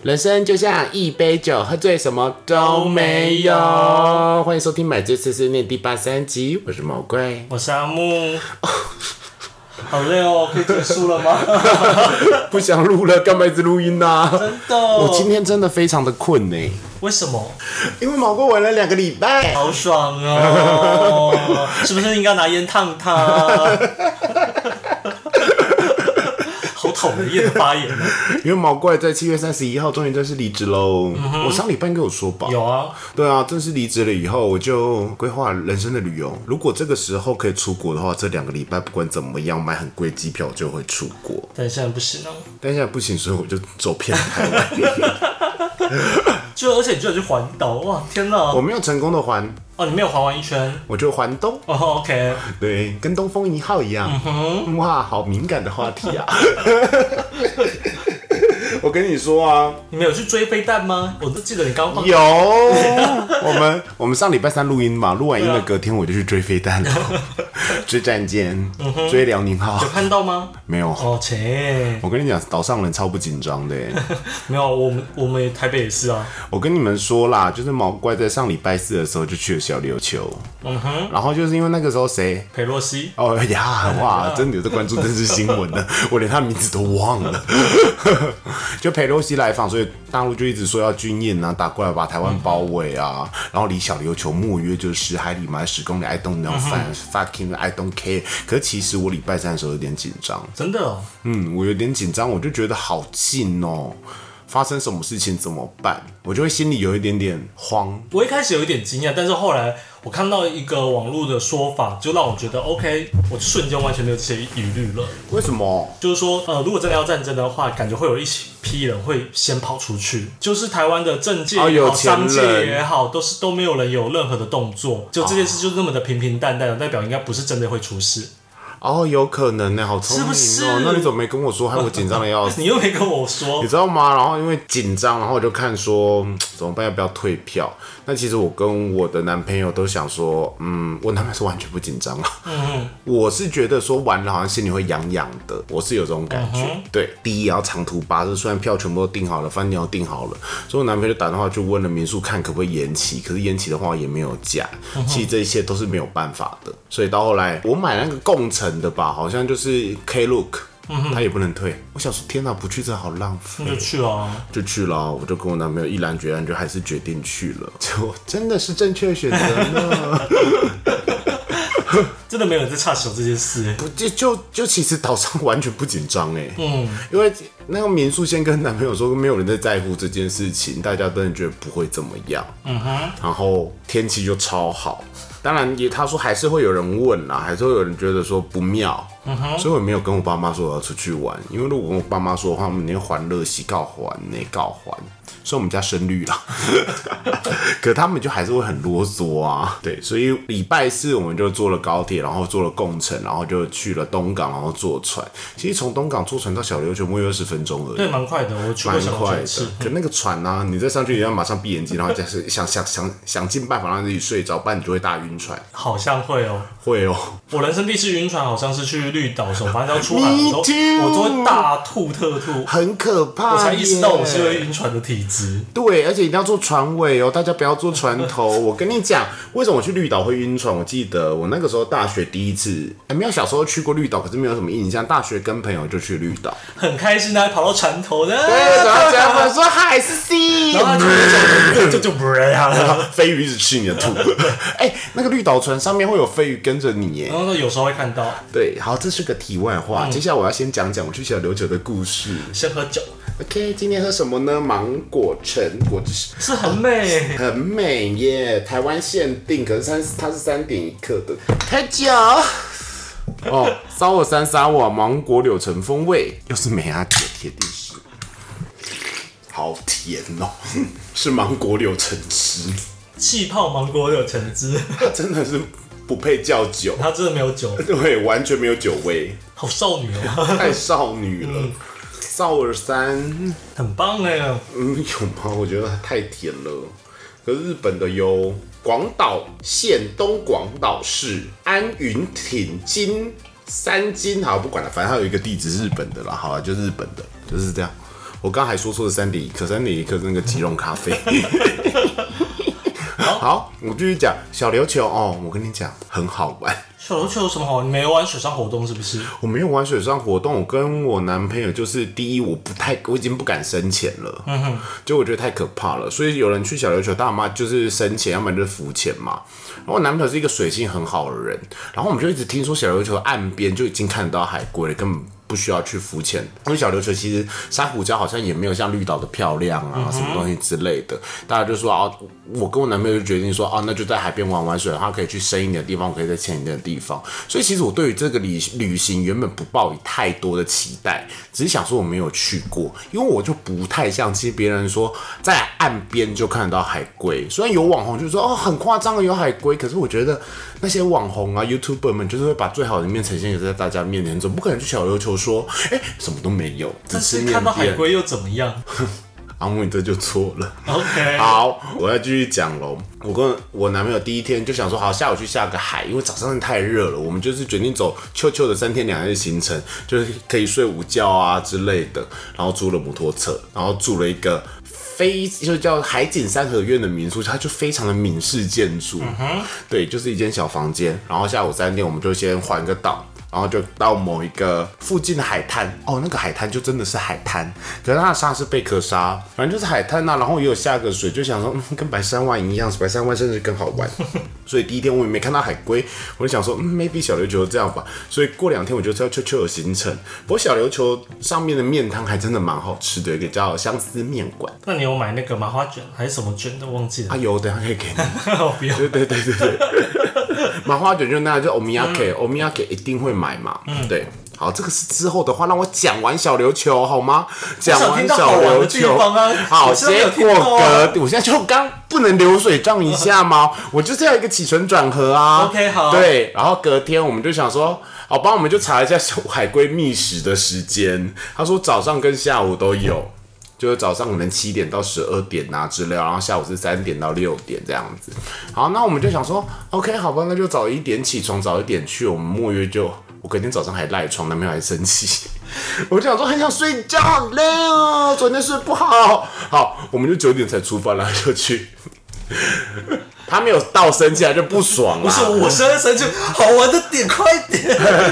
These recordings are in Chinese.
人生就像一杯酒，喝醉什么都没有。欢迎收听《买醉碎碎念》第83集，我是毛怪， 我是阿木。好累哦，可以结束了吗？ 不想录了，干嘛一直录音啊？ 真的， 我今天真的非常的困呢。 为什么？ 因为毛怪玩了2个礼拜， 好爽哦！是不是应该拿烟烫他？好讨人厌的发言。 因为毛怪在7月31号终于正式离职喽。我上礼拜跟我说吧。 有啊。 对啊，正式离职了以后，我就规划人生的旅游。如果这个时候可以出国的话，这2个礼拜不管怎么样，买很贵机票就会出国。 但现在不行啊。 但现在不行，所以我就走偏台湾。 而且你居然去环岛，哇，天哪！ 我没有成功的环。 哦，你没有环完一圈， 我就环东。 哦 ，OK， 对，跟东风1号一样。哇，好敏感的话题啊！我跟你说啊， 你们有去追飞弹吗？我都记得你刚放。 有，我们上礼拜3录音嘛，录完音的隔天我就去追飞弹了，追战舰，追辽宁号。 有看到吗？ 没有。 哦，切！ 我跟你讲，岛上人超不紧张的。 没有，我们台北也是啊。 我跟你们说啦，就是毛怪在上礼拜4的时候就去了小琉球。然后就是因为那个时候谁？ 裴洛西。 哦呀，哇，真的有在关注政治新闻的，我连他名字都忘了。就裴洛西来访，所以大陆就一直说要军演啊，打过来把台湾包围啊，然后离小琉球莫约就是10海里嘛，10公里 ，I don't know，fucking I don't care。可是其实我礼拜3的时候有点紧张， 真的哦。 我有点紧张，我就觉得好近哦。发生什么事情怎么办？我就会心里有一点点慌。 我一开始有一点惊讶，但是后来我看到一个网络的说法，就让我觉得 OK， 我瞬间完全没有这些疑虑了。 为什么？ 就是说，如果真的要战争的话，感觉会有一批人会先跑出去，就是台湾的政界也好，商界也好，都没有人有任何的动作，就这件事就是那么的平平淡淡的，代表应该不是真的会出事。 哦，有可能呢，好聪明哦！ 是不是？ 那你怎么没跟我说？害我紧张的要死。 你又没跟我说， 你知道吗？然后因为紧张，然后我就看说怎么办，要不要退票？那其实我跟我的男朋友都想说，我男朋友是完全不紧张啊。我是觉得说玩了好像心里会痒痒的，我是有这种感觉。对，第一也要长途巴士，虽然票全部都订好了，饭店都订好了，所以我男朋友就打电话去问了民宿看可不可以延期，可是延期的话也没有假。其实这一切都是没有办法的，所以到后来我买那个共乘的吧，好像就是 Klook， 他也不能退。我想说，天哪，不去真的好浪费。 就去了， 就去了。我就跟我男朋友毅然决然，就还是决定去了。结果真的是正确的选择呢。 真的没有人在插手这件事。 不就其实岛上完全不紧张哎。因为那个民宿先跟男朋友说，没有人在乎这件事情，大家真的觉得不会怎么样。然后天气就超好。当然他说还是会有人问啦，还是会有人觉得说不妙，所以我没有跟我爸妈说我要出去玩，因为如果跟我爸妈说的话，他们连欢乐喜告还呢告还，所以我们家深绿啦。可他们就还是会很啰嗦啊，对，所以礼拜4我们就坐了高铁，然后坐了共乘，然后就去了东港，然后坐船。其实从东港坐船到小琉球不过20分钟而已， 对，蛮快的，我去过小琉球一次。 可那个船啊，你再上去也要马上闭眼睛，然后就是想尽办法让自己睡着，不然你就会大晕船。 好像会哦， 会哦。 我人生第一次晕船好像是去绿岛的时候，反正要出海的时候，我都会大吐特吐， 很可怕。 我才意识到我是会晕船的体质。 对，而且一定要坐船尾哦，大家不要坐船头。我跟你讲，为什么我去绿岛会晕船？我记得我那个时候大学第一次，没有小时候去过绿岛，可是没有什么印象。大学跟朋友就去绿岛， 很开心的，还跑到船头的， 对，然后加分说海是 C， 然后就不然后飞鱼一直吃你的吐。那个绿岛船上面会有飞鱼跟着你耶， 然后有时候会看到。 对，好，这是个题外话。接下来我要先讲讲我去小琉球的故事。 先喝酒。 OK， 今天喝什么呢？芒果橙果汁是很美， 很美耶！台湾限定，可是它是3.1克的太久哦。沙沃山沙瓦芒果柳橙风味，又是美阿姐铁定是，好甜哦，是芒果柳橙汁， 气泡芒果柳橙汁， 它真的是不配叫酒， 它真的没有酒， 对，完全没有酒味， 好少女哦， 太少女了。绍尔山很棒哎， 有吗？我觉得太甜了。可是日本的有广岛县东广岛市安云町金3金，好不管了，反正它有一个地址是日本的啦，好了，就日本的，就是这样。 我刚还说错了3.1克，3.1克是那个即溶咖啡。好，我继续讲小琉球哦。我跟你讲，很好玩。 小琉球有什么好玩？你没有玩水上活动是不是？ 我没有玩水上活动，我跟我男朋友就是第一，我已经不敢深潜了，就我觉得太可怕了。所以有人去小琉球，大妈就是深潜，要不然就是浮潜嘛。然后我男朋友是一个水性很好的人，然后我们就一直听说小琉球岸边就已经看得到海龟了，根本不需要去浮潜，因为小琉球其实珊瑚礁好像也没有像绿岛的漂亮啊，什么东西之类的。大家就说啊，我跟我男朋友就决定说啊，那就在海边玩水，他可以去深一点的地方，我可以再浅一点的地方。所以其实我对于这个旅行原本不抱以太多的期待，只是想说我没有去过，因为我就不太像其实别人说在岸边就看得到海龟。虽然有网红就说哦很夸张的有海龟，可是我觉得那些网红啊 YouTuber 们就是会把最好的一面呈现在大家面前，总不可能去小琉球说什么都没有， 但是看到海龟又怎么样？ 阿木，你这就错了。 OK， 好，我要继续讲喽。我跟我男朋友第一天就想说，好，下午去下个海，因为早上真的太热了，我们就是决定走秋的3天2夜的行程，就是可以睡午觉啊之类的。然后租了摩托车，然后住了一个就叫海景三合院的民宿，它就非常的闽式建筑，对，就是一间小房间。然后下午3点我们就先换个岛。然后就到某一个附近的海滩哦，那个海滩就真的是海滩，可是它的沙是贝壳沙，反正就是海滩啊。然后也有下个水，就想说，跟白山湾一样，白山湾甚至更好玩。所以第一天我也没看到海龟，我就想说，maybe 小琉球这样吧。所以过2天我就要秋的行程。不过小琉球上面的面汤还真的蛮好吃的，有一个叫相思面馆。 那你有买那个麻花卷还是什么卷的？忘记了。 啊有，等一下可以给你。 不要。 对。麻花卷就那样，就 omiyake 一定会买嘛。对，好，这个是之后的话，让我讲完小琉球好吗？讲完小琉球，好，结果我现在就刚不能流水账一下吗？我就是要一个起承转合啊。 OK， 好。 对，然后隔天我们就想说，好吧，我们就查一下海龟觅食的时间。他说早上跟下午都有。就是早上可能7点到12点啊之类，然后下午是3点到6点这样子。好，那我们就想说 ，OK， 好吧，那就早一点起床，早一点去。我们莫约就，我隔天早上还赖床，男朋友还生气。我就想说很想睡觉，好累哦，昨天睡不好。好，我们就9点才出发，然后就去。他没有到生气，他就不爽啦。 不是，我现在生气，好玩的点，快点。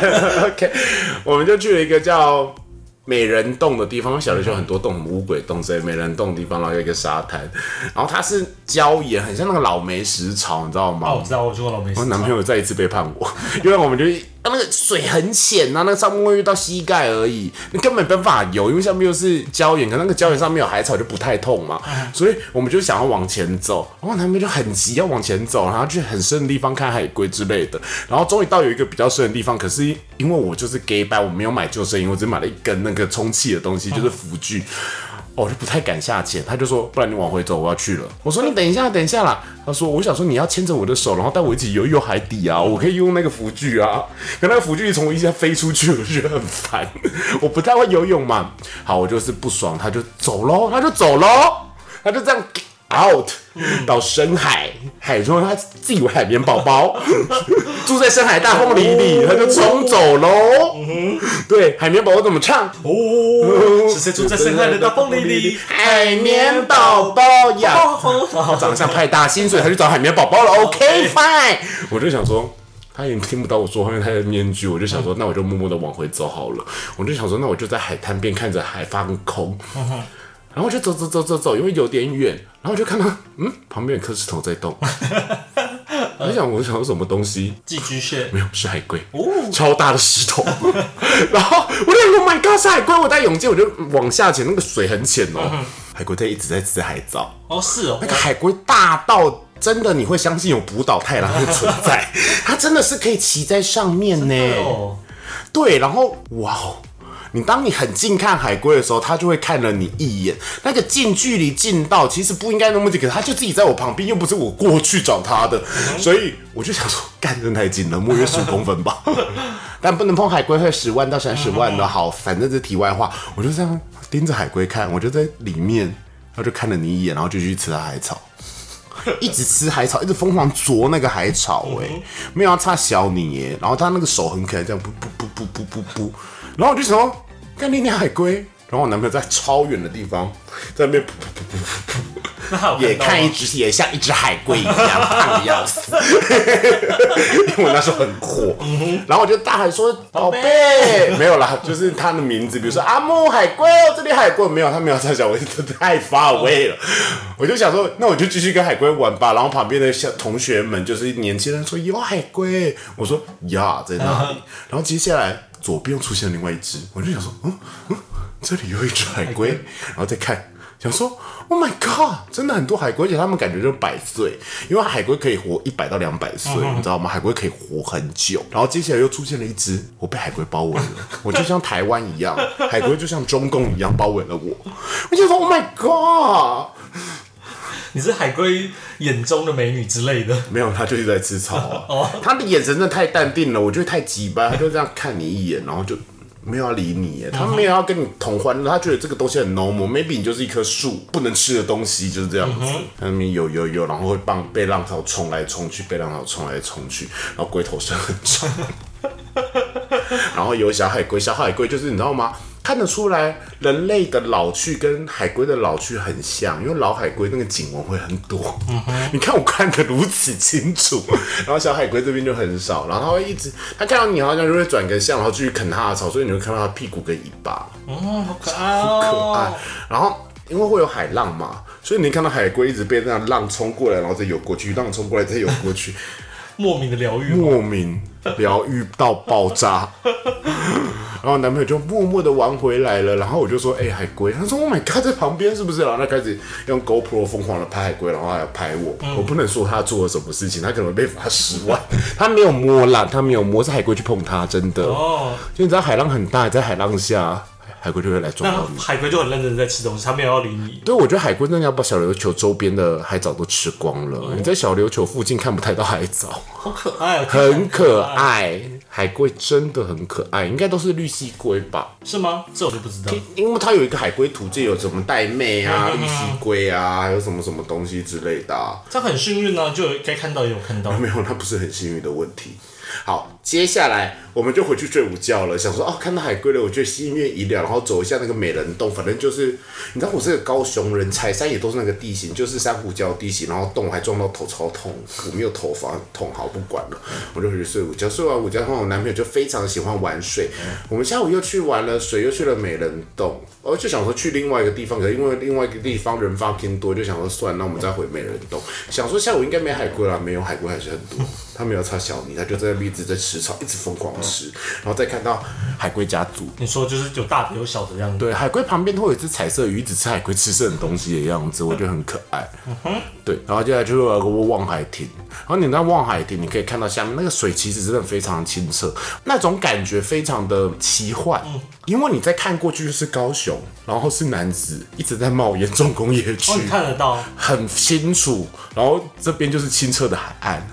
OK， 我们就去了一个叫美人洞的地方，小琉球很多洞，什么乌鬼洞之类，美人洞的地方，然后有一个沙滩，然后它是礁岩，很像那个老梅石潮，你知道吗？ 我知道，我去过老梅石潮。 我男朋友再一次背叛我，因为我们就那个水很浅啊，那个上面会遇到膝盖而已，你根本没办法游，因为下面又是礁岩，可那个礁岩上面有海草就不太痛嘛，所以我们就想要往前走，然后男朋友就很急要往前走，然后去很深的地方看海龟之类的，然后终于到有一个比较深的地方，可是因为我就是 gay 掰，我没有买救生衣，我只买了一根那个充气的东西，就是浮具。我就不太敢下潜，他就说不然你往回走，我要去了。我说你等一下啦。他说我想说你要牵着我的手，然后带我一起游海底啊，我可以用那个浮具啊。可那个浮具从我一下飞出去，我就觉得很烦，我不太会游泳嘛。好，我就是不爽，他就走咯，他就这样 out 到深海中，他自以为海绵宝宝住在深海大风里里，他就冲走喽。对，海绵宝宝怎么唱？ 是谁住在深海的大风里里？ 海绵宝宝呀，长得像派大薪水，他去找海绵宝宝了。OK fine， 我就想说。他也听不到我说话，因为他的面具，我就想说，那我就默默的往回走好了。我就想说，那我就在海滩边看着海放空。然后我就走，因为有点远，然后我就看到，旁边有颗石头在动。我想说什么东西？ 寄居蟹？ 没有，是海龟，超大的石头。然后我就 Oh my God， 是海龟！我戴泳镜，我就往下潜，那个水很浅哦。海龟它一直在吃海藻。 是哦。 那个海龟大到真的你会相信有浦岛太郎的存在，它真的是可以骑在上面呢。对，然后哇哦。当你很近看海龟的时候，它就会看了你一眼。那个近距离近到，其实不应该那么近，可是它就自己在我旁边，又不是我过去找它的，所以我就想说，干真太近了，莫约15公分吧。但不能碰海龟，会10万到30万的。好，反正这是题外话，我就这样盯着海龟看，我就在里面，然后就看了你一眼，然后就去吃它海草。一直吃海草，一直疯狂啄那个海草，没有要插小你耶。然后他那个手很可爱，这样噗，然后我就想说，干你海龟，然然后我男朋友在超远的地方，在那边噗噗噗噗噗，也像一只海龟一样胖的要死，因为我那时候很火，然后我就大喊说宝贝，没有啦，就是他的名字，比如说阿木海龟哦，这里海龟没有，他没有在讲，我太far away了，我就想说，那我就继续跟海龟玩吧。然后旁边的小同学们就是年轻人说有海龟，我说呀在那里，然后接下来左边又出现另外一只，我就想说，这里有一只海龟，然后再看。想说 ，Oh my God， 真的很多海龟，而且他们感觉就是100岁，因为海龟可以活100到200岁，你知道吗？海龟可以活很久。然后接下来又出现了一只，我被海龟包围了，我就像台湾一样，海龟就像中共一样包围了我。我就说 ，Oh my God， 你是海龟眼中的美女之类的？ 没有，他就一直在吃草啊。他的眼神真的太淡定了，我觉得太鸡掰，他就这样看你一眼，然后就。没有要理你耶，他没有要跟你同欢乐，他觉得这个东西很 normal，maybe 你就是一棵树，不能吃的东西就是这样子。他们游，然后会被浪潮冲来冲去，被浪潮冲来冲去，然后龟头声很重，然后有小海龟就是你知道吗？看得出来人类的老去跟海龟的老去很像，因为老海龟那个颈纹会很多，你看我看得如此清楚，然后小海龟这边就很少，然后他会一直，他看到你好像就会转个向，然后继续啃他的草，所以你会看到他屁股跟尾巴， 好可爱哦， 超可爱。然后因为会有海浪嘛，所以你看到海龟一直被那样浪冲过来，然后再游过去，浪冲过来再游过去， 莫名的疗愈， 莫名疗愈到爆炸。然后男朋友就默默的玩回来了，然后我就说：“海龟。”他说 ：“Oh my god， 在旁边是不是？”然后他开始用 GoPro 疯狂的拍海龟，然后还要拍我。我不能说他做了什么事情，他可能被罚10万。他没有摸啦，他没有摸，是海龟去碰他，真的。就你知道海浪很大，在海浪下。海龟就会来撞到你， 海龟就很认真在吃东西，它没有要理你。 对，我觉得海龟真的要把小琉球周边的海藻都吃光了。你在小琉球附近看不太到海藻， 好可爱啊， 很可爱。海龟真的很可爱，应该都是绿蜥龟吧？ 是吗？这我就不知道。 因为它有一个海龟图鉴，有什么玳瑁啊、绿蜥龟啊，还有什么什么东西之类的、啊。 这很幸运啊，就该看到也有看到。 没有，那不是很幸运的问题。好，接下来我们就回去睡午觉了。想说看到海龟了，我觉得心愿已了，然后走一下那个美人洞。反正就是，你知道我是个高雄人，踩山也都是那个地形，就是珊瑚礁地形，然后洞还撞到头超痛，我没有头发很痛，好不管了，我就回去睡午觉。睡完午觉后，我男朋友就非常喜欢玩水。我们下午又去玩了水，又去了美人洞。我就想说去另外一个地方，可是因为另外一个地方人fucking多，就想说算，那我们再回美人洞。想说下午应该没海龟啦，没有海龟还是很多。他没有擦小米，他就在那边一直在吃草，一直疯狂吃，然后再看到海龟家族。 你说就是有大的有小的样子。 对，海龟旁边会有一只彩色鱼，一直吃海龟吃剩的东西的样子，我觉得很可爱。对，然后接下来就有个望海亭，然后你在望海亭，你可以看到下面那个水其实真的非常清澈，那种感觉非常的奇幻。因为你再看过去就是高雄，然后是楠梓一直在冒烟重工业区， 你看得到， 很清楚。然后这边就是清澈的海岸。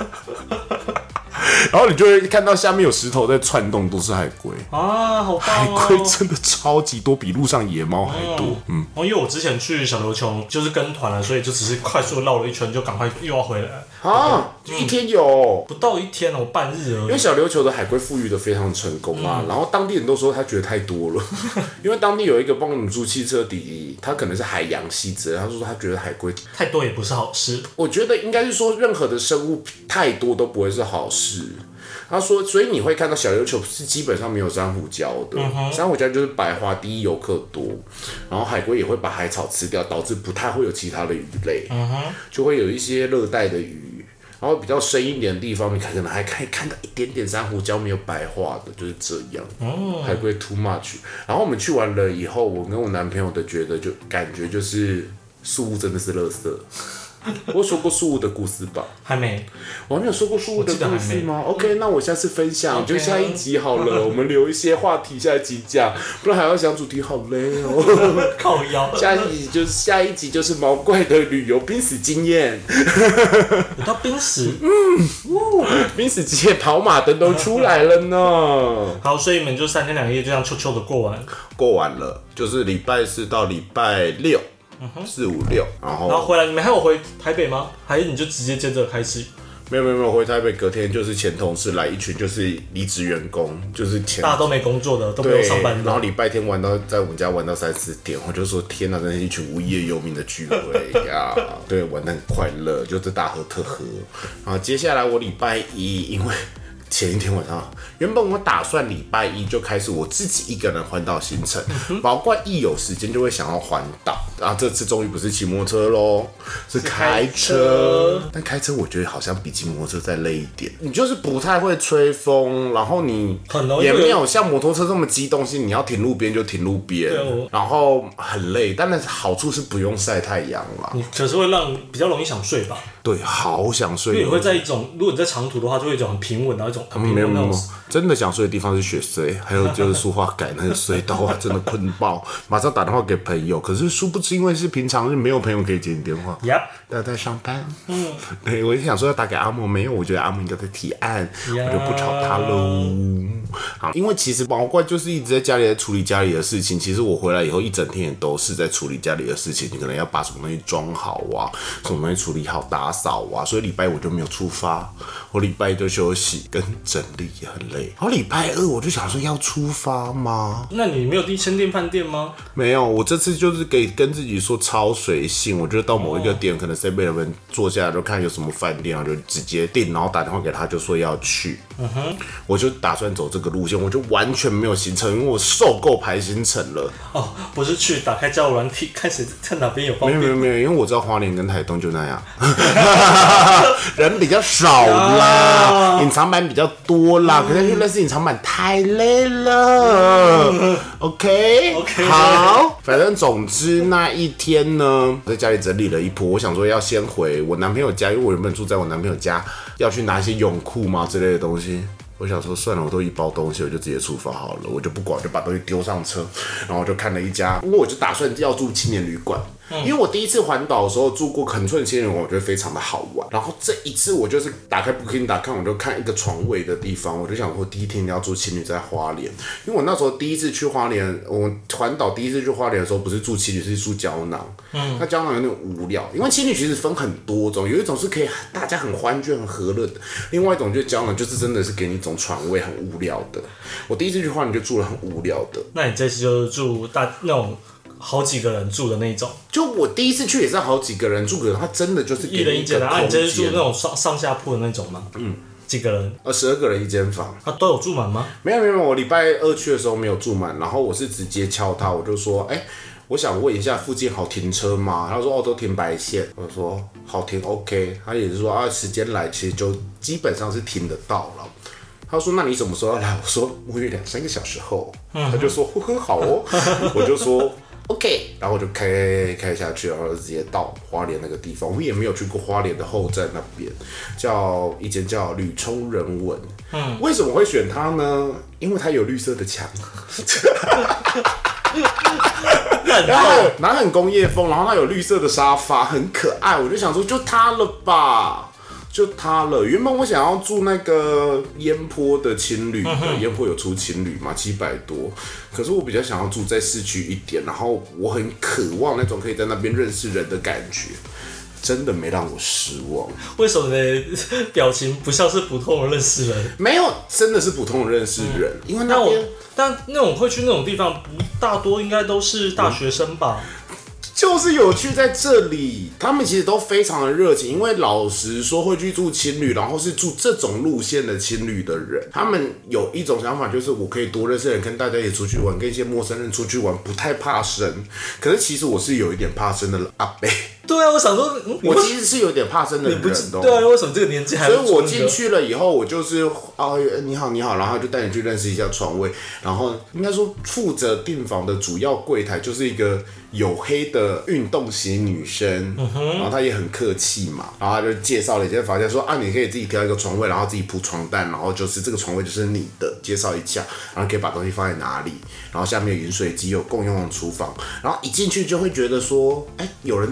然后你就会看到下面有石头在窜动，都是海龟啊，好棒哦！ 海龟真的超级多，比路上野猫还多。 因为我之前去小琉球就是跟团了，所以就只是快速绕了一圈，就赶快又要回来啊！一天有不到1天哦，半日而已。 因为小琉球的海龟富裕的非常成功啊，然后当地人都说他觉得太多了，因为当地有一个帮我们租汽车弟弟，他可能是海洋系之类，他说他觉得海龟太多也不是好事。我觉得应该是说任何的生物太多都不会是好事。他说，所以你会看到小琉球是基本上没有珊瑚礁的，珊瑚礁就是白花，第一游客多，然后海龟也会把海草吃掉，导致不太会有其他的鱼类，就会有一些热带的鱼，然后比较深一点的地方，你可能还可以看到一点点珊瑚礁没有白化的，就是这样。海龟 too much。然后我们去完了以后，我跟我男朋友的觉得就感觉就是宿务真的是垃圾。我说过宿务的故事吧？ 还没， 我还没有说过宿务的故事吗 ？OK， 那我下次分享，就下一集好了。我们留一些话题下一集讲，不然还要想主题，好累哦。 靠腰。 下一集就是毛怪的旅游濒死经验。 有到濒死？ 濒死之夜跑马灯都出来了呢。 好，所以你们就3天2夜就这样悄悄的过完了，就是礼拜4到礼拜6。4、5、6，然后回来，你们还有回台北吗？还是你就直接接着开始？ 没有，回台北隔天就是前同事来一群，就是离职员工，就是大家都没工作的，都没有上班的。 然后礼拜天在我们家玩到3、4点，我就说天哪，真是一群无业游民的聚会呀！对，玩得很快乐，就是大喝特喝。然后接下来我礼拜一，因为前一天晚上，原本我打算礼拜一就开始我自己一个人环岛行程，包括一有时间就会想要环岛。然后这次终于不是骑摩托车咯，是开车。但开车我觉得好像比骑摩托车再累一点，你就是不太会吹风，然后你也没有像摩托车这么机动性，你要停路边就停路边，然后很累。但是好处是不用晒太阳啦， 你可是会比较容易想睡吧？ 对，好想睡。 因为你会在一种，如果你在长途的话，就会一种很平稳，然后一种很平稳那种。 真的想睡的地方是雪隧，还有就是苏花改那个隧道啊，真的困爆，马上打电话给朋友。可是殊不知，因为是平常日，没有朋友可以接你电话，大家在上班。对，我就想说要打给阿莫，没有，我觉得阿莫应该在提案，我就不吵他喽。好，因为其实毛怪就是一直在家里在处理家里的事情。其实我回来以后一整天也都是在处理家里的事情，你可能要把什么东西装好啊，什么东西处理好打扫啊，所以礼拜我就没有出发，我礼拜一就休息跟整理也很累。然后礼拜二我就想说要出发吗？ 那你没有先订饭店吗？ 没有，我这次就是跟自己说超随性，我就到某一个点，可能 7-Eleven 坐下来就看有什么饭店，然后就直接订，然后打电话给他就说要去。我就打算走这个路线，我就完全没有行程，因为我受够排行程了。 哦，不是去打开交友软体看谁在哪边有方便？ 没有，因为我知道花莲跟台东就那样，人比较少啦，隐藏版比较多啦，可是去认识隐藏版太累了。OK， 好，反正总之那一天呢，在家里整理了一波，我想说要先回我男朋友家，因为我原本住在我男朋友家，要去拿一些泳裤嘛之类的东西。我想说算了，我都一包东西，我就直接出发好了，我就不管，就把东西丢上车，然后我就看了一家，因为我就打算要住青年旅馆。因为我第一次环岛的时候住过恒春青年旅馆，我觉得非常的好玩。然后这一次我就是打开 Booking.com， 我就看一个床位的地方，我就想说第一天要住青旅在花莲，因为我那时候第一次去花莲，我环岛第一次去花莲的时候不是住青旅，是住胶囊。那胶囊有点无聊，因为青旅其实分很多种，有一种是可以大家很欢聚很和乐的，另外一种就是胶囊就是真的是给你一种床位很无聊的。我第一次去花莲就住了很无聊的。 那你这次就是住那种好几个人住的那种？ 就我第一次去也是好几个人住，可是他真的就是给你一人一间啊。你这次住那种上下铺的那种吗？几个人 ？12个人一间房。 他都有住满吗？ 没有，我礼拜二去的时候没有住满，然后我是直接敲他，我就说，我想问一下附近好停车吗？他说都停白线。我说好停 OK， 他也是说时间来其实就基本上是停得到了。他说那你什么时候要来？我说我约2-3个小时后。他就说很好哦。我就说 OK， 然后我就开下去，然后就直接到花莲那个地方。我也没有去过花莲的后站那边，一间叫吕冲人文。为什么会选它呢？因为它有绿色的墙。然后很工业风，然后它有绿色的沙发，很可爱。我就想说就它了吧。就它了。原本我想要住那个烟波的青旅，烟波有出青旅嘛，700多。可是我比较想要住在市区一点，然后我很渴望那种可以在那边认识人的感觉。真的没让我失望。 为什么呢？表情不像是普通人认识人。 没有，真的是普通人认识人。因为那边， 但那种会去那种地方，大多应该都是大学生吧。 就是有趣在这里，他们其实都非常的热情，因为老实说会去住青旅，然后是住这种路线的青旅的人，他们有一种想法，就是我可以多认识人，跟大家一起出去玩，跟一些陌生人出去玩，不太怕生。可是其实我是有一点怕生的阿伯。 对啊，我想说， 我其实是有点怕生的人哦。 对啊，为什么这个年纪还？ 所以我进去了以后，我就是你好，然后就带你去认识一下床位，然后应该说负责订房的主要柜台就是一个黝黑的运动型女生，然后她也很客气嘛，然后她就介绍了一间房间，说你可以自己挑一个床位，然后自己铺床单，然后就是这个床位就是你的，介绍一下，然后可以把东西放在哪里，然后下面有饮水机，有共用的厨房，然后一进去就会觉得说，有人在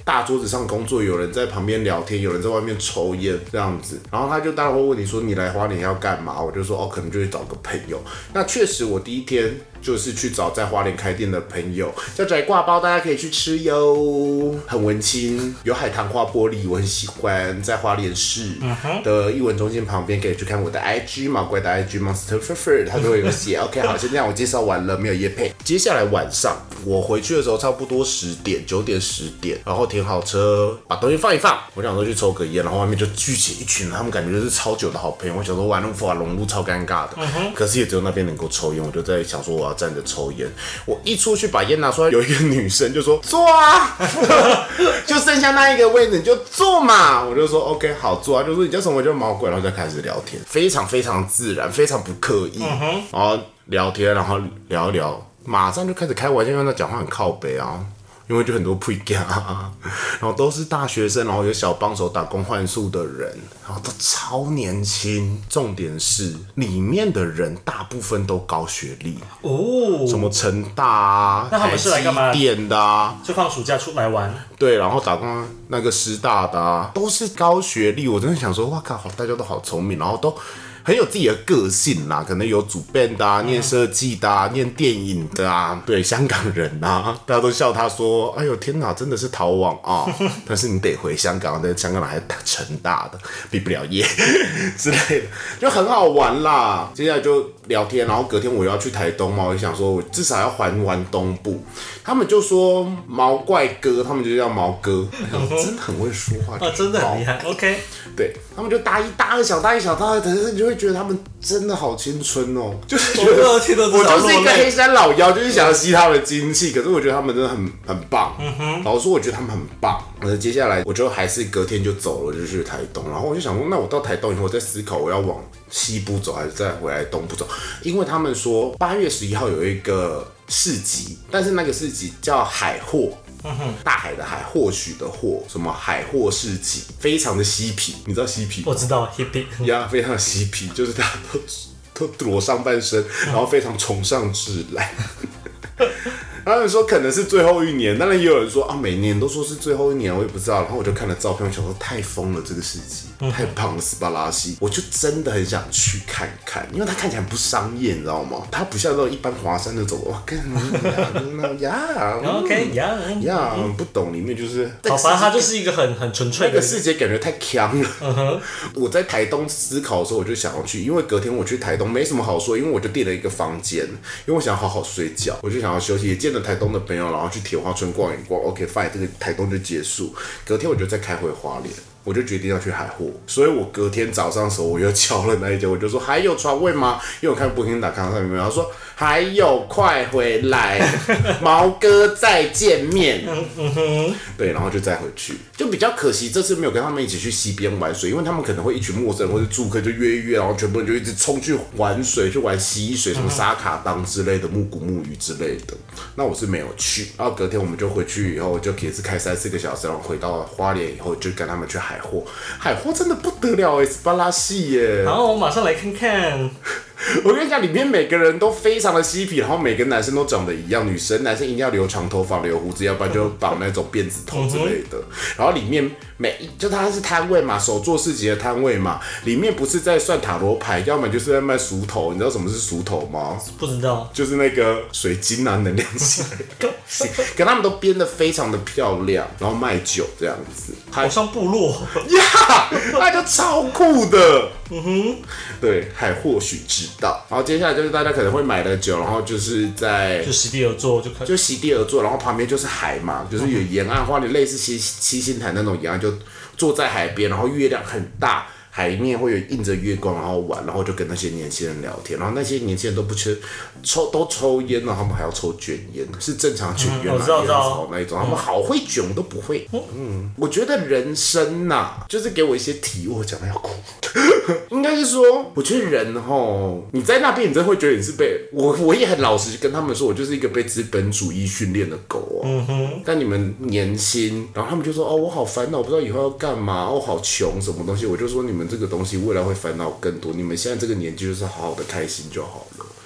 大桌子上工作，有人在旁边聊天，有人在外面抽烟这样子。然后他就当然会问你说你来花莲要干嘛？我就说哦，可能就去找个朋友。那确实我第一天就是去找在花莲开店的朋友，叫拽挂包，大家可以去吃哟，很文青，有海棠花玻璃，我很喜欢，在花莲市的艺文中心旁边，可以去看我的 IG 毛怪的 IG Monster Fur， 它都会有写。OK， 好，先这样，我介绍完了，没有业配。接下来晚上我回去的时候，差不多10点、9点、10点，然后停好车，把东西放一放，我想说去抽个烟，然后外面就聚起一群，他们感觉就是超久的好朋友。我想说玩无法融入，超尴尬的。可是也只有那边能够抽烟，我就在想说我要站着抽烟。我一出去把烟拿出来，有一个女生就说坐啊，就剩下那一个位置，你就坐嘛。我就说 OK 好坐啊，就说你叫什么就毛鬼，然后就开始聊天，非常非常自然，非常不刻意，然后聊天，然后聊一聊，马上就开始开玩笑，因为他讲话很靠北啊。因为就很多配家，然后都是大学生，然后有小帮手打工换宿的人，然后都超年轻。重点是里面的人大部分都高学历哦，什么成大啊， 那他们是来干嘛？ 台积电的啊， 就放暑假出来玩。 对，然后打工那个师大的啊，都是高学历。我真的想说，哇靠，大家都好聪明，然后都很有自己的个性啦，可能有主编的啊，念设计的啊，念电影的啊，对，香港人啊，大家都笑他说，哎呦天哪，真的是逃亡啊！但是你得回香港，在香港还成大的，毕不了业之类的，就很好玩啦。接下来就聊天，然后隔天我又要去台东嘛，我就想说，我至少要环完东部。他们就说毛怪哥，他们就叫毛哥，真的很会说话， 真的很厉害。OK， 对他们就大一、大二、小大一、小大二，可是你就会觉得他们真的好青春哦，就是觉得我就是一个黑山老妖，就是想要吸他们的精气。可是我觉得他们真的很棒，老实说，我觉得他们很棒。接下来我就还是隔天就走了，就去台东。然后我就想说，那我到台东以后，我在思考我要往西部走，还是再回来东部走？因为他们说8月11号有一个市集，但是那个市集叫海货。大海的海，或许的或，什么海货市集，非常的嬉皮，你知道嬉皮？ 我知道 hippie 呀，非常的嬉皮，就是大家都裸上半身，然后非常崇尚自然。他们说可能是最后一年，当然也有人说啊，每年都说是最后一年，我也不知道。然后我就看了照片，我想说太疯了，这个市集太棒了，斯巴拉西，我就真的很想去看看，因为它看起来很不商业，你知道吗？它不像那种一般华山那种，哇，跟呀 ，OK 呀，不懂里面就是， 好，反正它就是一个很纯粹的那个世界，感觉太强了。我在台东思考的时候，我就想要去，因为隔天我去台东没什么好说，因为我就订了一个房间，因为我想好好睡觉，我就想要休息，也见了台东的朋友，然后去铁花村逛一逛 ，OK fine， 这个台东就结束。隔天我就再开回花莲，我就决定要去海货，所以我隔天早上的时候我又敲了那一间，我就说还有床位吗？因为我看Booking.com上面，他说还有，快回来，毛哥再见面。对，然后就再回去，就比较可惜，这次没有跟他们一起去溪边玩水，因为他们可能会一群陌生人或者住客就约一约，然后全部人就一直冲去玩水，去玩溪水，什么沙卡当之类的，木古木鱼之类的。那我是没有去，然后隔天我们就回去以后，就也是开3-4个小时，然后回到花莲以后，就跟他们去海货。海货真的不得了哎，斯巴拉西耶！ 好，我马上来看看。 我跟你讲，里面每个人都非常的嬉皮，然后每个男生都长得一样，男生一定要留长头发、留胡子，要不然就绑那种辫子头之类的。然后里面就它是摊位嘛，手作市集的摊位嘛，里面不是在算塔罗牌，要么就是在卖熟头。你知道什么是熟头吗？ 不知道， 就是那个水晶啊，能量系的东西，可他们都编得非常的漂亮，然后卖酒这样子， 好像部落呀，那就超酷的。对，还或许知道。然后接下来就是大家可能会买的酒，然后就是就席地而坐， 就席地而坐，然后旁边就是海嘛，就是有沿岸花莲类似七星潭那种沿岸，就坐在海边，然后月亮很大。海面会有映着月光，然后玩，然后就跟那些年轻人聊天，然后那些年轻人都不都抽烟了，他们还要抽卷烟，是正常卷烟嘛，烟草那一种，他们好会卷，我都不会。我觉得人生呐，就是给我一些体悟，我讲的要哭。应该是说，我觉得人吼，你在那边，你真的会觉得你是我也很老实跟他们说，我就是一个被资本主义训练的狗哦。但你们年轻，然后他们就说哦，我好烦恼，我不知道以后要干嘛，哦，好穷，什么东西，我就说你们这个东西未来会烦恼更多，你们现在这个年纪就是好好的开心就好了。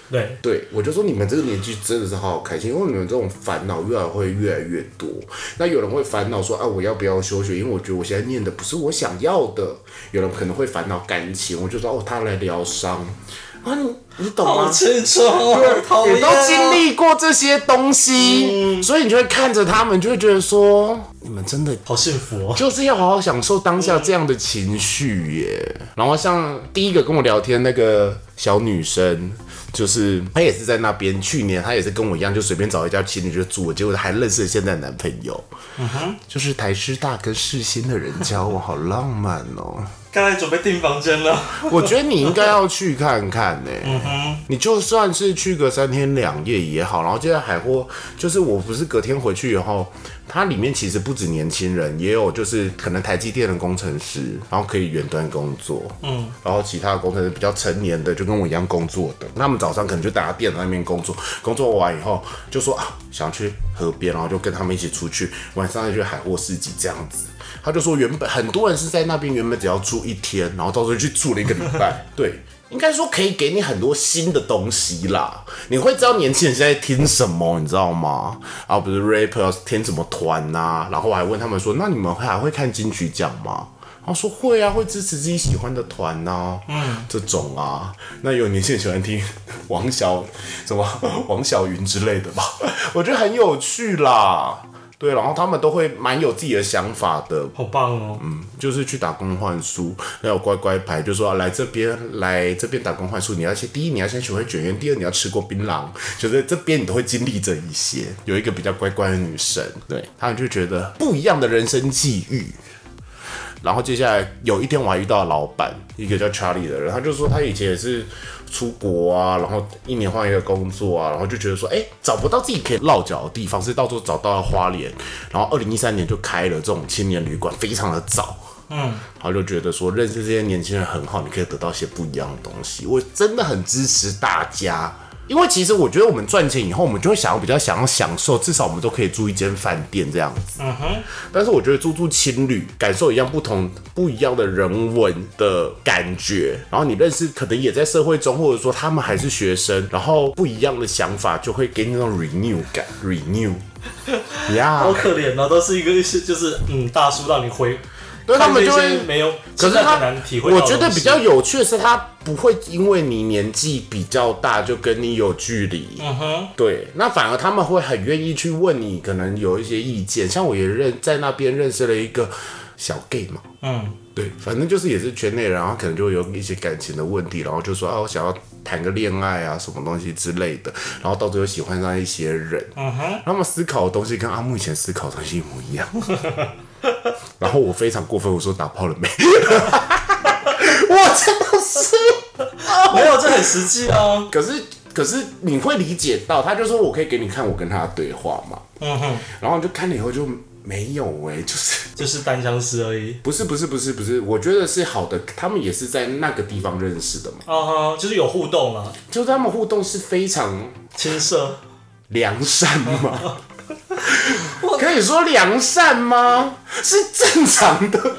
对，我就说你们这个年纪真的是好好开心，因为你们这种烦恼会越来越多。那有人会烦恼说啊，我要不要休学？因为我觉得我现在念的不是我想要的。有人可能会烦恼感情，我就说哦，他来疗伤。啊，你懂吗？ 好青春哦， 你都经历过这些东西，所以你就会看着他们，就会觉得说，你们真的好幸福哦， 就是要好好享受当下这样的情绪耶。然后像第一个跟我聊天那个小女生，就是她也是在那边，去年她也是跟我一样，就随便找一家情侣就住了，结果还认识了现在的男朋友。就是台师大跟世新的人交往，好浪漫哦。 刚才准备订房间了， 我觉得你应该要去看看呢。你就算是去个3天2夜也好，然后接着海货，就是我不是隔天回去以后，它里面其实不止年轻人，也有就是可能台积电的工程师，然后可以远端工作，然后其他的工程师比较成年的，就跟我一样工作的，他们早上可能就打电脑那边工作，工作完以后就说啊想去河边，然后就跟他们一起出去，晚上再去海货市集这样子。他就说原本很多人是在那边原本只要住1天，然后到时候去住了1个礼拜。对，应该说可以给你很多新的东西啦。你会知道年轻人现在听什么，你知道吗？啊，不是 rapper 要听什么团啊？然后我还问他们说，那你们还会看金曲奖吗？他说会啊，会支持自己喜欢的团啊，这种啊。那有年轻人喜欢听王小云之类的吧？我觉得很有趣啦。对，然后他们都会蛮有自己的想法的， 好棒哦。 就是去打工换宿，要有乖乖牌，就说来这边打工换宿，你要第一你要先学会卷烟，第二你要吃过槟榔，就是这边你都会经历这一些。有一个比较乖乖的女生，对，他们就觉得不一样的人生际遇。然后接下来有一天我还遇到老板，一个叫 Charlie 的人，他就说他以前也是出国啊，然后1年换一个工作啊，然后就觉得说，找不到自己可以落脚的地方，是到时候找到了花莲，然后2013年就开了这种青年旅馆，非常的早。然后就觉得说认识这些年轻人很好，你可以得到一些不一样的东西。我真的很支持大家。因为其实我觉得我们赚钱以后，我们就会比较想要享受，至少我们都可以住一间饭店这样子。但是我觉得住青旅，感受一样不一样的人文的感觉，然后你认识可能也在社会中，或者说他们还是学生，然后不一样的想法就会给你那种 renew 感 renew。 好可怜哦，都是一个就是大叔让你回。 对，他们就会没有， 可是他很难体会到。 我觉得比较有趣的是，他不会因为你年纪比较大就跟你有距离。对，那反而他们会很愿意去问你，可能有一些意见。像我也在那边认识了一个小 gay 嘛。对，反正就是也是圈内人，然后可能就会有一些感情的问题，然后就说我想要谈个恋爱啊，什么东西之类的，然后到最后喜欢上一些人。他们思考的东西跟阿木以前思考的东西一模一样。然后我非常过分，我说打炮了没？我真的是没有，这很实际啊。 可是你会理解到，他就说我可以给你看我跟他的对话嘛。然后你就看了以后就没有就是单相思而已。 不是，我觉得是好的，他们也是在那个地方认识的嘛。 就是有互动啊， 就是他们互动是非常青涩、 良善吗？可以说良善吗？是正常的，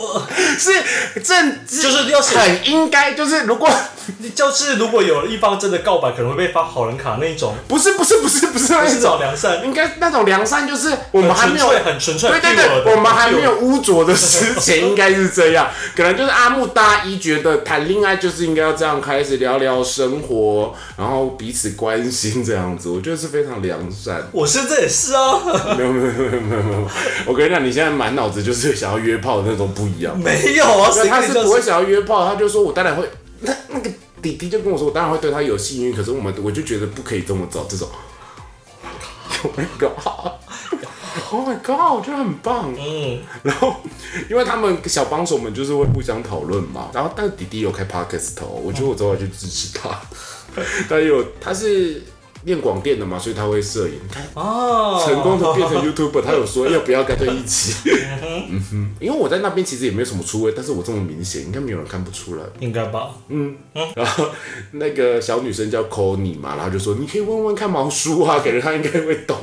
就是要很应该，就是如果有一方真的告白，可能会被发好人卡那一种。 不是那种良善， 应该那种良善就是我们还没有很纯粹， 对，我们还没有污浊的之前，应该是这样。可能就是阿木大一觉得谈恋爱就是应该要这样开始聊聊生活，然后彼此关心这样子，我觉得是非常良善。 我现在也是啊。 没有，我跟你讲，你现在满脑子就是想要约炮的那种不一样。 没有啊， 他是不会想要约炮，他就说我当然会。那个弟弟就跟我说，我当然会对他有性欲，可是我就觉得不可以这么早，这种。Oh my god！Oh my god！ 我觉得很棒。然后因为他们小帮手们就是会互相讨论嘛，然后但弟弟有开 podcast 我觉得我之后要去支持他。他是念广电的嘛，所以他会摄影。你看，成功的变成 YouTuber， 他有说要不要干脆一起。因为我在那边其实也没有什么出位，但是我这么明显，应该没有人看不出来。 应该吧。 然后那个小女生叫 Connie 嘛，然后就说你可以问问看毛叔啊，感觉他应该会懂。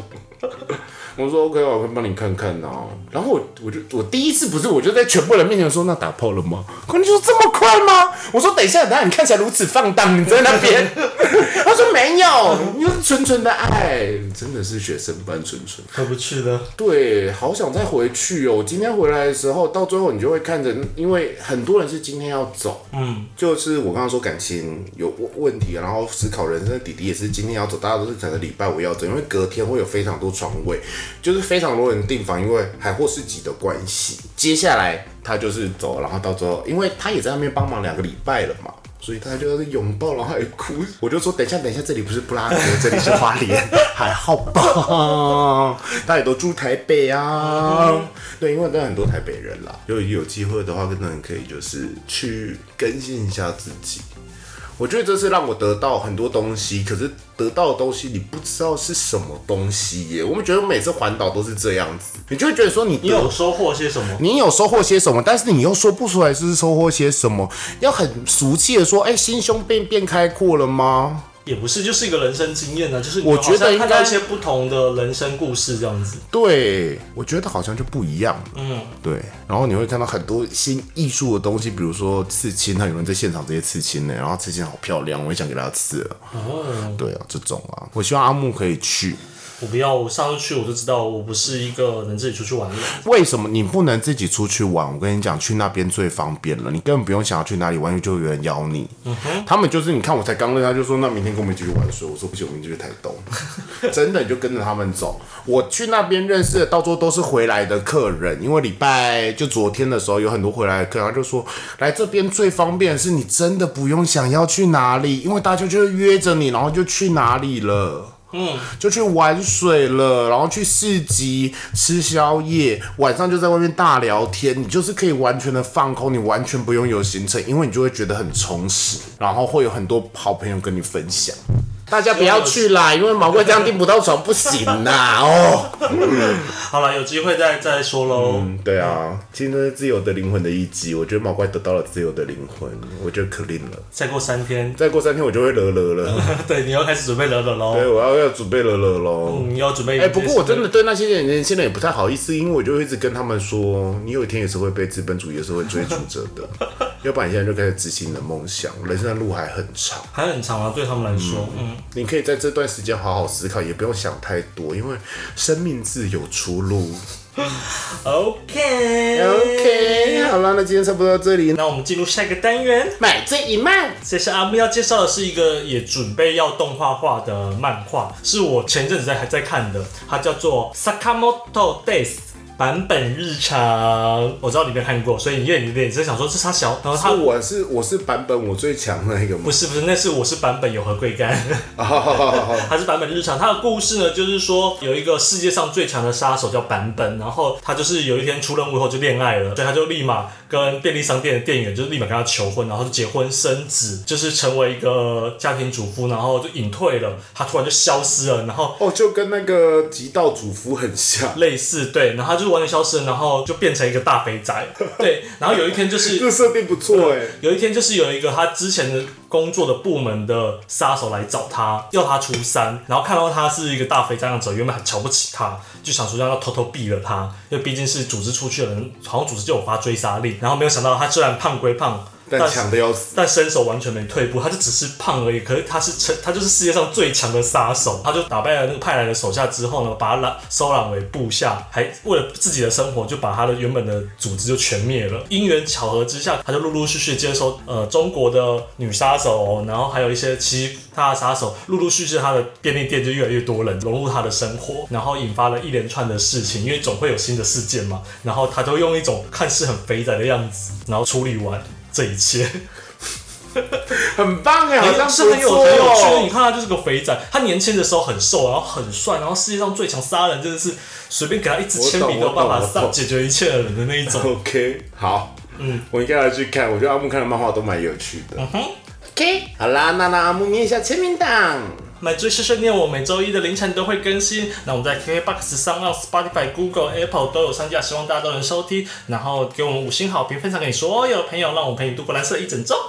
我说 OK， 我可以帮你看看啊。然后我第一次不是我就在全部人面前说那打炮了吗？可能就说这么快吗？我说等一下，你看起来如此放荡，你在那边。他说没有，你就是纯纯的爱，真的是学生般纯纯。 回不去了。 对，好想再回去哦。今天回来的时候，到最后你就会看着，因为很多人是今天要走，就是我刚刚说感情有问题，然后思考人生的弟弟也是今天要走，大家都是可能礼拜五要走，因为隔天会有非常多床位，就是非常多人订房，因为海货市集的关系。接下来他就是走，然后到最后，因为他也在那边帮忙2个礼拜了嘛。所以他就是拥抱，然后还哭。我就说等一下，这里不是布拉格，这里是花莲，还好吧？大家也都住台北啊。对，因为真的很多台北人啦，有机会的话，真的可以就是去更新一下自己。我觉得这是让我得到很多东西，可是得到的东西你不知道是什么东西耶。我们觉得每次环岛都是这样子，你就会觉得说你有收获些什么？ 你有收获些什么？但是你又说不出来是收获些什么，要很俗气的说，心胸变开阔了吗？ 也不是，就是一个人生经验呢，就是我觉得看到一些不同的人生故事这样子。 对，我觉得好像就不一样。对。然后你会看到很多新艺术的东西，比如说刺青，有人在现场直接刺青呢，然后刺青好漂亮，我也想给他刺了。对啊，这种啊，我希望阿木可以去。 我不要，我上次去我就知道我不是一个能自己出去玩的人。 为什么你不能自己出去玩？我跟你讲，去那边最方便了，你根本不用想要去哪里玩，就有人邀你。他们就是你看，我才刚认他就说那明天跟我们一起去玩水，我说不行，我明天就去台东。真的，你就跟着他们走。我去那边认识的，到最后都是回来的客人，因为礼拜就昨天的时候有很多回来的客人，他就说来这边最方便的是你真的不用想要去哪里，因为大家就约着你，然后就去哪里了。就去玩水了，然后去市集吃宵夜，晚上就在外面大聊天，你就是可以完全的放空，你完全不用有行程，因为你就会觉得很充实，然后会有很多好朋友跟你分享。大家不要去啦，因为毛怪这样订不到床不行啦好了，有机会再说喽。 对啊，今天是自由的灵魂的一集，我觉得毛怪得到了自由的灵魂，我觉得可怜了。 再过3天我就会了了。 对，你要开始准备了喽。 对，我要准备了喽。 你要准备。 不过我真的对那些年轻人也不太好意思，因为我就一直跟他们说，你有一天也是会被资本主义的社会追逐着的，要不然你现在就开始执行你的梦想，人生的路还很长， 啊，对他们来说， 你可以在这段时间好好思考，也不用想太多，因为生命自有出路。OK， 好了，那今天差不多到这里， 那我们进入下一个单元， 买醉一漫。 这是阿木要介绍的是一个也准备要动画化的漫画，是我前阵子在看的，它叫做 Sakamoto Days。版本日常，我知道你没看过，所以你也在想说这是他小，然后我是版本我最强那个吗？ 不是，那是我是版本有何贵干，他是版本日常。他的故事呢，就是说有一个世界上最强的杀手叫版本，然后他就是有一天出任务以后就恋爱了，所以他就立马跟便利商店的店员就是立马跟他求婚，然后就结婚生子，就是成为一个家庭主妇，然后就隐退了，他突然就消失了，然后就跟那个极道主夫很像， 类似对，然后他就完全消失了，然后就变成一个大肥宅，对，然后有一天就是这设定不错有一天就是有一个他之前的工作的部门的杀手来找他，要他出山，然后看到他是一个大肥这样子，原本很瞧不起他，就想说要偷偷毙了他，因为毕竟是组织出去的人，好像组织就有发追杀令，然后没有想到他虽然胖归胖， 但强的要死， 但身手完全没退步，他就只是胖而已。可是他就是世界上最强的杀手，他就打败了那个派来的手下之后呢，把他收揽为部下，还为了自己的生活，就把他的原本的组织就全灭了。因缘巧合之下，他就陆陆续续接收中国的女杀手，然后还有一些其他的杀手，陆陆续续他的便利店就越来越多人融入他的生活，然后引发了一连串的事情，因为总会有新的事件嘛。然后他就用一种看似很肥仔的样子，然后处理完这一切。 很棒哎，好像是很有趣的。你看他就是个肥仔，他年轻的时候很瘦，然后很帅，然后世界上最强杀人真的是随便给他一支铅笔都有办法解决一切的人的那一种。 OK， 好，我应该来去看。我觉得阿木看的漫画都蛮有趣的。OK， 好啦，那阿木念一下签名档。 买醉碎碎念我每周一的凌晨都会更新，那我们在 KKBOX 上、Spotify、Google、Apple 都有上架，希望大家都能收听，然后给我们5星好评，分享给你所有的朋友，让我陪你度过蓝色一整周。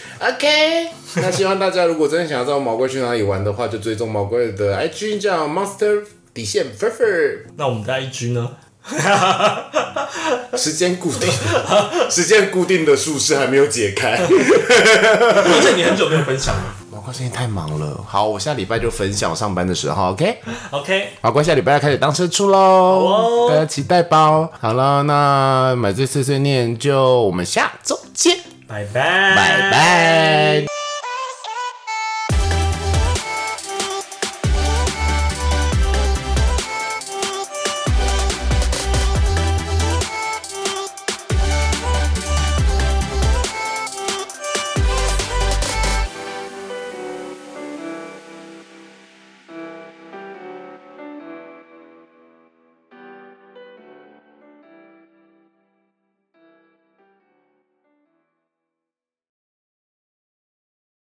OK， 那希望大家如果真的想要知道毛怪去哪里玩的话，就追踪毛怪的 IG 叫 Monster 底线 Fer。 那我们的 IG 呢？ 时间固定的术式还没有解开， 而且你很久没有分享了。 毛怪最近太忙了。好，我下礼拜就分享上班的时候 ，OK？ 毛怪下礼拜要开始当社畜喽，大家期待吧。好了，那买醉碎碎念就我们下周见， 拜拜， 拜拜。